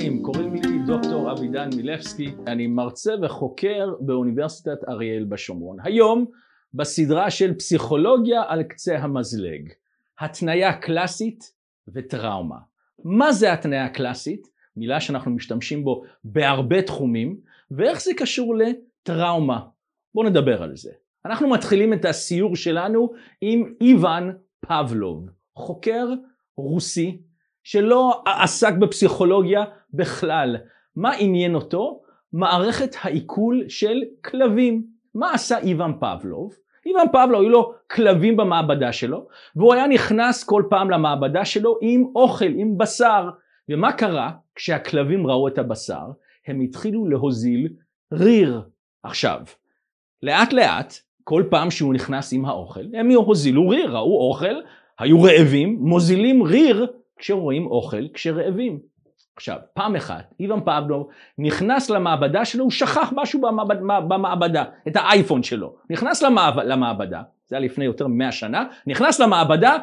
נעים, קוראים לי דוקטור אבידן מילבסקי, אני מרצה וחוקר באוניברסיטת אריאל בשומרון. היום בסדרה של פסיכולוגיה על קצה המזלג, התניה קלאסית וטראומה. מה זה התניה קלאסית? מילה שאנחנו משתמשים בו בהרבה תחומים, ואיך זה קשור לטראומה. בואו נדבר על זה. אנחנו מתחילים את הסיור שלנו עם איוון פבלוב, חוקר רוסי שלא עסק בפסיכולוגיה בכלל. מה עניין אותו? מערכת העיכול של כלבים. מה עשה איוון פבלוב? איוון פבלוב היו לו כלבים במעבדה שלו, והוא היה נכנס כל פעם למעבדה שלו עם אוכל, עם בשר. ומה קרה? כשהכלבים ראו את הבשר, הם התחילו להוזיל ריר. עכשיו, לאט לאט, כל פעם שהוא נכנס עם האוכל, הם הוזילו ריר, ראו אוכל, היו רעבים, מוזילים ריר כשרואים אוכל, כשרעבים. עכשיו, פעם אחת, איוון פבלוב נכנס למעבדה שלו, הוא שכח משהו במעבדה, את האייפון שלו. נכנס למעבדה, זה היה לפני יותר מ100 שנה, נכנס למעבדה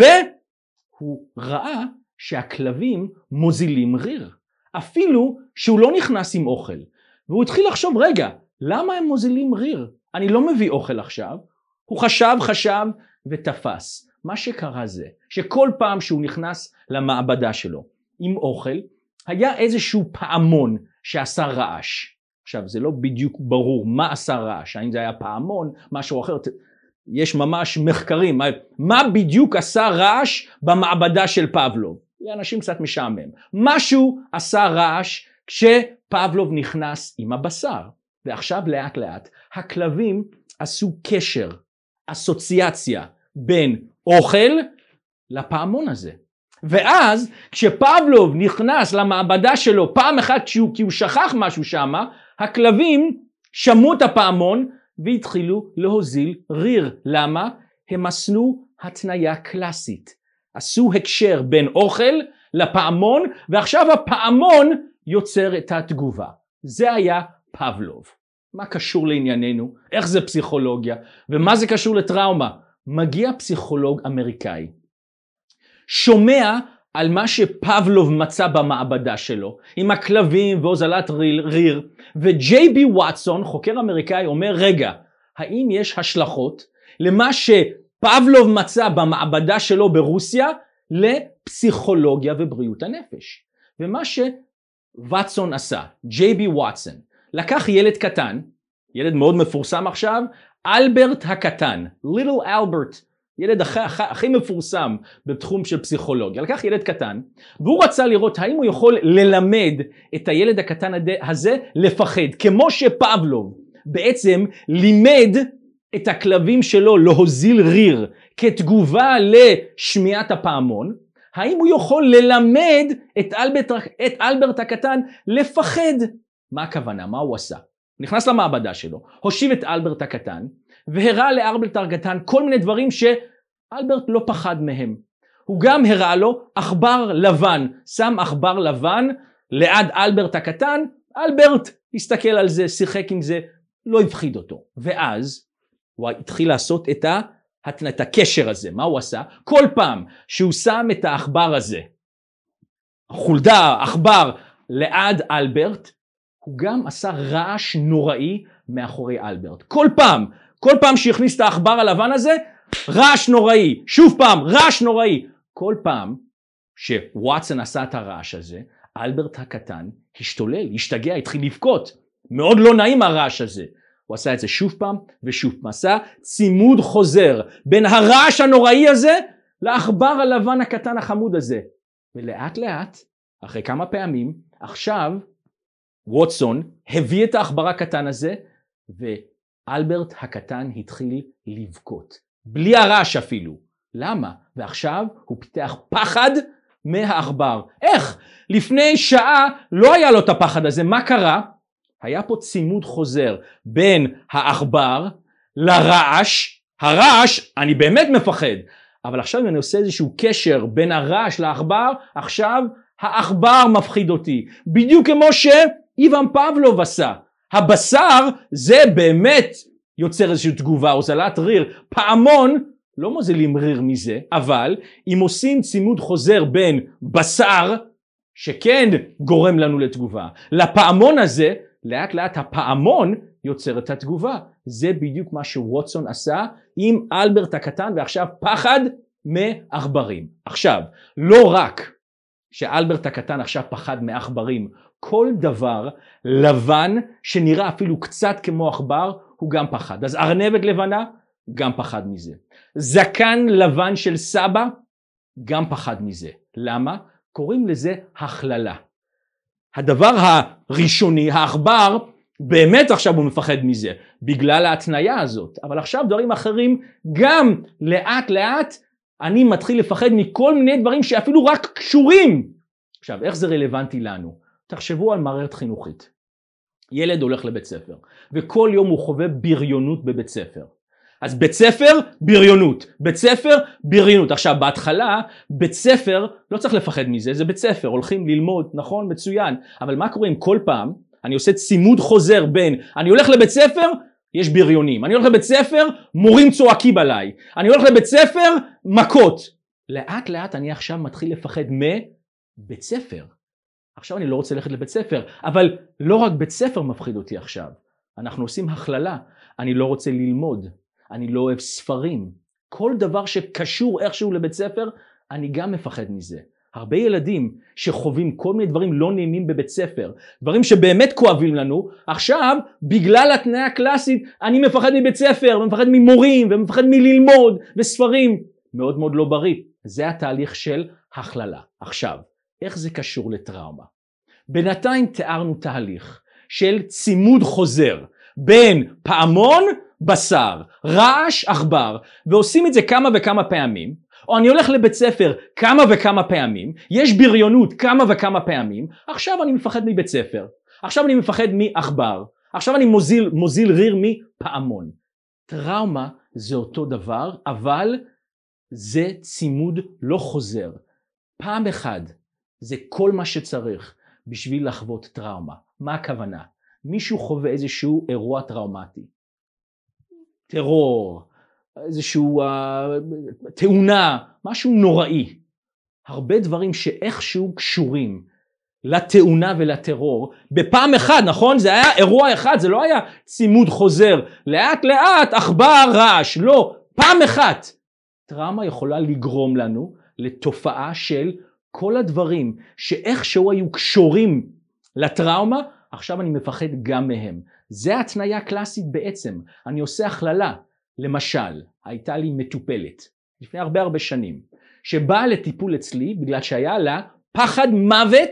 והוא ראה שהכלבים מוזילים ריר. אפילו שהוא לא נכנס עם אוכל. והוא התחיל לחשוב, רגע, למה הם מוזילים ריר? אני לא מביא אוכל עכשיו. הוא חשב ותפס. מה שקרה זה שכל פעם שהוא נכנס למעבדה שלו עם אוכל, היה איזשהו פעמון שעשה רעש. עכשיו, זה לא בדיוק ברור מה עשה רעש, האם זה היה פעמון, משהו אחר. יש ממש מחקרים, מה בדיוק עשה רעש במעבדה של פבלוב. לאנשים קצת משעמם. משהו עשה רעש כשפבלוב נכנס עם הבשר. ועכשיו לאט לאט הכלבים עשו קשר, אסוציאציה בין אוכל לפעמון הזה. ואז כשפבלוב נכנס למעבדה שלו פעם אחת כי הוא שכח משהו שמה, הכלבים שמעו את הפעמון והתחילו להוזיל ריר. למה? הם עשו התניה קלאסית. עשו הקשר בין אוכל לפעמון, ועכשיו הפעמון יוצר את התגובה. זה היה פבלוב. מה קשור לענייננו? איך זה פסיכולוגיה? ומה זה קשור לטראומה? מגיע פסיכולוג אמריקאי, שומע על מה שפבלוב מצא במעבדה שלו, עם הכלבים והוזלת ריר, וג'יי בי וואטסון, חוקר אמריקאי, אומר, רגע, האם יש השלכות למה שפבלוב מצא במעבדה שלו ברוסיה לפסיכולוגיה ובריאות הנפש? ומה שוואטסון עשה, ג'יי בי וואטסון, לקח ילד קטן, ילד מאוד מפורסם עכשיו, אלברט הקטן, Little Albert, ילד הכי מפורסם בתחום של פסיכולוגיה. לקח ילד קטן, והוא רצה לראות האם הוא יכול ללמד את הילד הקטן הזה לפחד, כמו שפבלוב בעצם לימד את הכלבים שלו להוזיל ריר כתגובה לשמיעת הפעמון. האם הוא יכול ללמד את אלברט הקטן לפחד? מה הכוונה? מה הוא עשה? נכנס למעבדה שלו, הושיב את אלברט הקטן, והראה לאלברט הקטן כל מיני דברים שאלברט לא פחד מהם. הוא גם הראה לו עכבר לבן, שם עכבר לבן ליד אלברט הקטן, אלברט הסתכל על זה, שיחק עם זה, לא הפחיד אותו. ואז הוא התחיל לעשות את הקשר הזה. מה הוא עשה? כל פעם שהוא שם את העכבר הזה, חולדה, עכבר, ליד אלברט, הוא גם עשה רעש נוראי מאחורי אלברט. כל פעם שהכניס את העכבר הלבן הזה, רעש נוראי. שוב פעם, רעש נוראי. כל פעם שוואטסון עשה את הרעש הזה, אלברט הקטן השתולל, השתגע, התחיל לבכות. מאוד לא נעים הרעש הזה. הוא עשה את זה שוב פעם ושוב פעם. עשה צימוד חוזר בין הרעש הנוראי הזה לעכבר הלבן הקטן החמוד הזה. ולאט לאט, אחרי כמה פעמים, עכשיו ווטסון הביא את העכבר הקטן הזה, ואלברט הקטן התחיל לבכות. בלי הרעש אפילו. למה? ועכשיו הוא פיתח פחד מהעכבר. איך? לפני שעה לא היה לו את הפחד הזה. מה קרה? היה פה צימוד חוזר בין העכבר לרעש. הרעש, אני באמת מפחד. אבל עכשיו אני עושה איזשהו קשר בין הרעש לעכבר, עכשיו העכבר מפחיד אותי. בדיוק כמו שאיוון פבלוב עשה. הבשר זה באמת יוצר איזושהי תגובה, הוזלת ריר. פעמון לא מוזילים ריר מזה, אבל אם עושים צימוד חוזר בין בשר שכן גורם לנו לתגובה. לפעמון הזה, לאט לאט הפעמון יוצר את התגובה. זה בדיוק מה שווטסון עשה עם אלברט הקטן, ועכשיו פחד מעכברים. עכשיו, לא רק שאלברט הקטן עכשיו פחד מעכברים, כל דבר לבן שנראה אפילו קצת כמו עכבר, הוא גם פחד. אז ארנבת לבנה, גם פחד מזה. זקן לבן של סבא, גם פחד מזה. למה? קוראים לזה הכללה. הדבר הראשוני, העכבר, באמת עכשיו הוא מפחד מזה, בגלל ההתניה הזאת. אבל עכשיו דברים אחרים, גם לאט לאט, אני מתחיל לפחד מכל מיני דברים שאפילו רק קשורים. עכשיו, איך זה רלוונטי לנו? תחשבו על מערכת חינוכית. ילד הולך לבית ספר, וכל יום הוא חווה בריונות בבית ספר. אז בית ספר, בריונות. בית ספר, בריונות. עכשיו, בהתחלה, בית ספר, לא צריך לפחד מזה, זה בית ספר, הולכים ללמוד, נכון, מצוין. אבל מה קורה אם כל פעם, אני עושה צימוד חוזר בין, אני הולך לבית ספר, יש בריונים. אני הולך לבית ספר, מורים צועקים עליי. אני הולך לבית ספר, מכות. לאט לאט אני עכשיו מתחיל לפחד מבית ספר. עכשיו אני לא רוצה ללכת לבית ספר, אבל לא רק בית ספר מפחיד אותי עכשיו. אנחנו עושים הכללה. אני לא רוצה ללמוד. אני לא אוהב ספרים. כל דבר שקשור איכשהו לבית ספר, אני גם מפחד מזה. הרבה ילדים שחווים כל מיני דברים לא נעימים בבית ספר, דברים שבאמת כואבים לנו, עכשיו בגלל התנאה הקלאסית אני מפחד מבית ספר, ומפחד ממורים, ומפחד מללמוד וספרים. מאוד מאוד לא בריא. זה התהליך של הכללה. עכשיו, איך זה קשור לטראומה? בינתיים תיארנו תהליך של צימוד חוזר בין פעמון בשר, רעש, עכבר, ועושים את זה כמה וכמה פעמים, או אני הולך לבית ספר כמה וכמה פעמים, יש בריונות כמה וכמה פעמים, עכשיו אני מפחד מבית ספר, עכשיו אני מפחד מעכבר, עכשיו אני מוזיל ריר מפעמון. טראומה זה אותו דבר, אבל זה צימוד לא חוזר. פעם אחד זה כל מה שצריך בשביל לחוות טראומה. מה הכוונה? מישהו חווה איזשהו אירוע טראומטי. טרור, איזשהו תאונה, משהו נוראי. הרבה דברים שאיכשהו קשורים לתאונה ולטרור. בפעם אחד, נכון? זה היה אירוע אחד, זה לא היה צימוד חוזר. לאט לאט, עכבר, רעש. לא, פעם אחת. טראומה יכולה לגרום לנו לתופעה של כל הדברים שאיכשהו היו קשורים לטראומה, עכשיו אני מפחד גם מהם. זה התניה קלאסית בעצם. אני עושה הכללה. למשל, הייתה לי מטופלת לפני הרבה שנים, שבאה לטיפול אצלי בגלל שהיה לה פחד מוות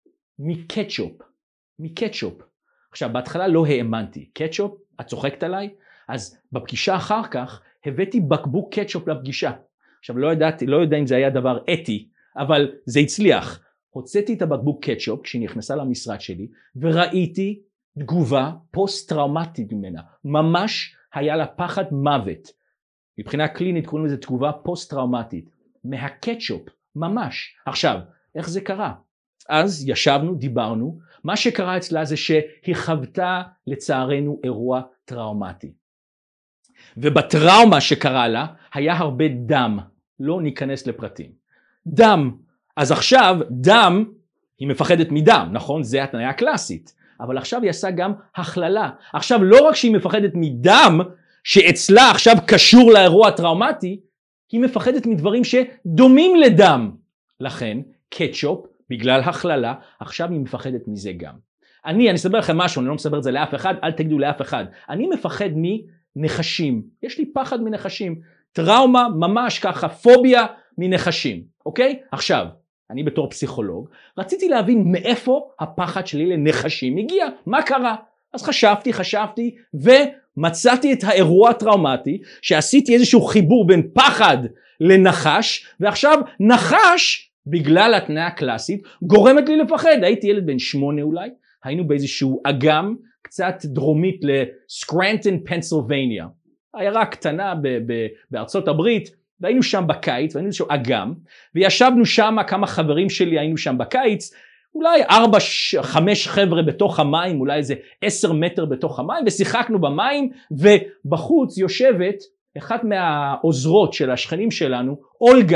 מקטשופ. עכשיו, בהתחלה לא האמנתי. קטשופ? את צוחקת עליי? אז בפגישה אחר כך הבאתי בקבוק קטשופ לפגישה. עכשיו, לא יודע אם זה היה דבר אתי, אבל זה הצליח. הוצאתי את הבקבוק קטשופ כשהיא נכנסה למשרד שלי, וראיתי תגובה פוסט-טראומטית ממנה. ממש היה לה פחד מוות. מבחינה קלינית קוראים לזה תגובה פוסט-טראומטית. מהקטשופ, ממש. עכשיו, איך זה קרה? אז ישבנו, דיברנו. מה שקרה אצלה זה שהיא חוותה לצערנו אירוע טראומטי. ובטראומה שקרה לה היה הרבה דם. לא ניכנס לפרטים. דם. אז עכשיו דם, היא מפחדת מדם, נכון? זה התניה הקלאסית. אבל עכשיו היא עשה גם הכללה. עכשיו לא רק שהיא מפחדת מדם, שאצלה עכשיו קשור לאירוע הטראומטי, היא מפחדת מדברים שדומים לדם. לכן, קטשופ, בגלל הכללה, עכשיו היא מפחדת מזה גם. אני אסבר לכם משהו, אני לא מסבר את זה לאף אחד, אל תגידו לאף אחד. אני מפחד מנחשים. יש לי פחד מנחשים. טראומה, ממש ככה, פוביה מנחשים. אוקיי? עכשיו, אני בתור פסיכולוג, רציתי להבין מאיפה הפחד שלי לנחשים הגיע. מה קרה? אז חשבתי ומצאתי את האירוע הטראומטי, שעשיתי איזשהו חיבור בין פחד לנחש, ועכשיו נחש, בגלל התנאה הקלאסית, גורמת לי לפחד. הייתי ילד בן 8 אולי, היינו באיזשהו אגם, קצת דרומית לסקרנטון, פנסילבניה. עיירה קטנה בארצות הברית, והיינו שם בקיץ, והיינו איזשהו אגם, וישבנו שם, כמה חברים שלי היינו שם בקיץ, אולי 4-5 חבר'ה בתוך המים, אולי איזה 10 מטר בתוך המים, ושיחקנו במים, ובחוץ יושבת אחת מהעוזרות של השכנים שלנו,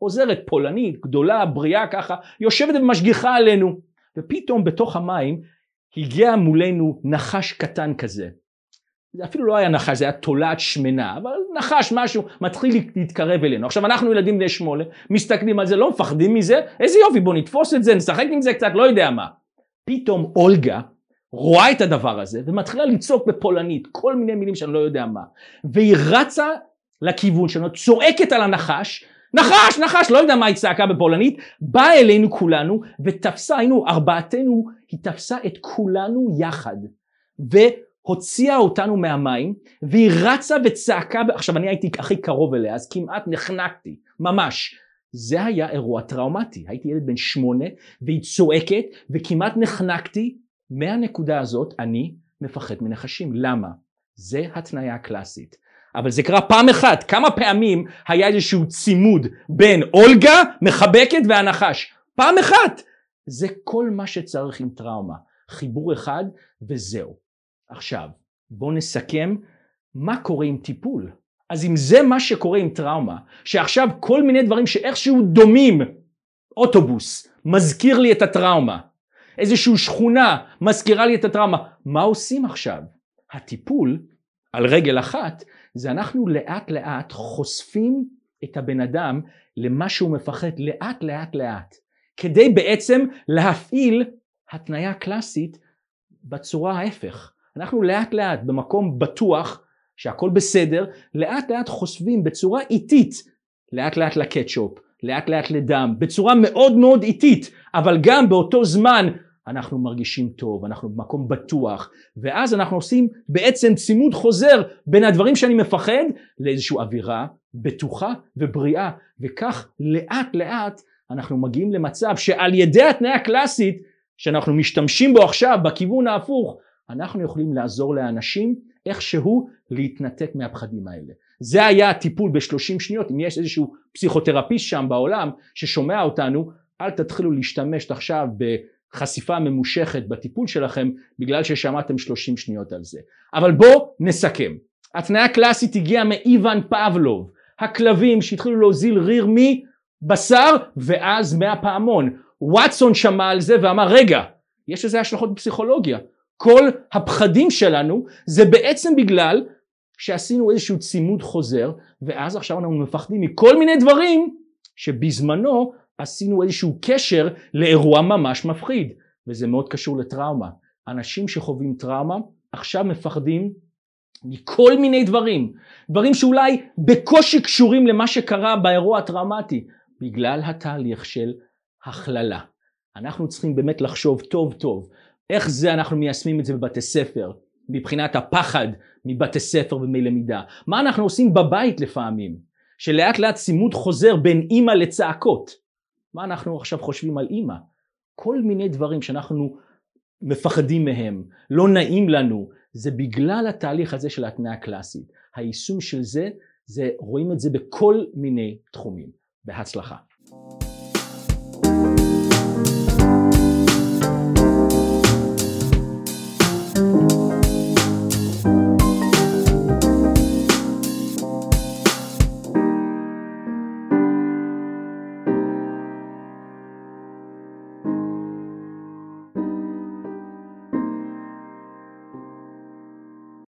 עוזרת פולנית, גדולה, בריאה ככה, יושבת ומשגיחה עלינו. ופתאום בתוך המים הגיע מולנו נחש קטן כזה. זה אפילו לא היה נחש, זה היה תולעת שמנה, אבל נחש משהו מתחיל להתקרב אלינו. עכשיו אנחנו ילדים בני 8, מסתכלים על זה, לא מפחדים מזה, איזה יופי, בוא נתפוס את זה, נשחק עם זה קצת, לא יודע מה. פתאום אולגה רואה את הדבר הזה ומתחילה לצעוק בפולנית, כל מיני מילים שאני לא יודע מה. והיא רצה לכיוון שלנו, צועקת על הנחש, נחש, נחש, לא יודע מה היא צעקה בפולנית, באה אלינו כולנו ותפסה, היינו ארבעתנו, היא תפסה את כולנו יחד והוציאה אותנו מהמים, והיא רצה וצעקה, עכשיו אני הייתי הכי קרוב אליה, אז כמעט נחנקתי, ממש. זה היה אירוע טראומטי, הייתי ילד בן 8 והיא צועקת וכמעט נחנקתי. מהנקודה הזאת אני מפחד מנחשים. למה? זה התניה קלאסית. אבל זה קרה פעם אחת. כמה פעמים היה איזשהו צימוד בין אולגה, מחבקת והנחש? פעם אחת. זה כל מה שצריך עם טראומה. חיבור אחד וזהו. עכשיו, בואו נסכם מה קורה עם טיפול. אז אם זה מה שקורה עם טראומה, שעכשיו כל מיני דברים שאיכשהו דומים, אוטובוס, מזכיר לי את הטראומה, איזושהי שכונה מזכירה לי את הטראומה, מה עושים עכשיו? הטיפול על רגל אחת, זה אנחנו לאט לאט חושפים את הבן אדם למה שהוא מפחד לאט, כדי בעצם להפעיל התניה קלאסית בצורה ההפך. אנחנו לאט לאט במקום בטוח שהכל בסדר, לאט לאט חושפים בצורה איטית, לאט לאט לקטשופ, לאט לאט לדם, בצורה מאוד מאוד איטית, אבל גם באותו זמן אנחנו מרגישים טוב, אנחנו במקום בטוח, ואז אנחנו עושים בעצם צימוד חוזר בין הדברים שאני מפחד לאיזושהי אווירה בטוחה ובריאה, וכך לאט לאט אנחנו מגיעים למצב שעל ידי התניה הקלאסית שאנחנו משתמשים בו עכשיו בכיוון ההפוך, אנחנו יכולים לעזור לאנשים איכשהו להתנתק מהפחדים האלה. זה היה הטיפול ב30 שניות. אם יש איזשהו פסיכותרפיסט שם בעולם ששומע אותנו, אל תתחילו להשתמש עכשיו בחשיפה ממושכת בטיפול שלכם בגלל ששמעתם 30 שניות על זה. אבל בואו נסכם. התניה קלאסית הגיעה מאיוון פבלוב, הכלבים שהתחילו להוזיל ריר מבשר ואז מהפעמון. וואטסון שמע על זה ואמר, רגע, יש לזה השלכות בפסיכולוגיה. כל הפחדים שלנו זה בעצם בגלל שעשינו איזשהו צימוד חוזר, ואז עכשיו אנחנו מפחדים מכל מיני דברים שבזמנו עשינו איזשהו קשר לאירוע ממש מפחיד, וזה מאוד קשור לטראומה. אנשים שחווים טראומה עכשיו מפחדים מכל מיני דברים שאולי בקושי קשורים למה שקרה באירוע הטראומטי, בגלל התהליך של הכללה. אנחנו צריכים באמת לחשוב טוב טוב, איך זה אנחנו מיישמים את זה בבתי ספר, מבחינת הפחד מבתי ספר ומלמידה. מה אנחנו עושים בבית לפעמים, שלאט לאט צימוד חוזר בין אמא לצעקות. מה אנחנו עכשיו חושבים על אמא? כל מיני דברים שאנחנו מפחדים מהם, לא נעים לנו, זה בגלל התהליך הזה של התניה הקלאסית. היישום של זה, רואים את זה בכל מיני תחומים. בהצלחה.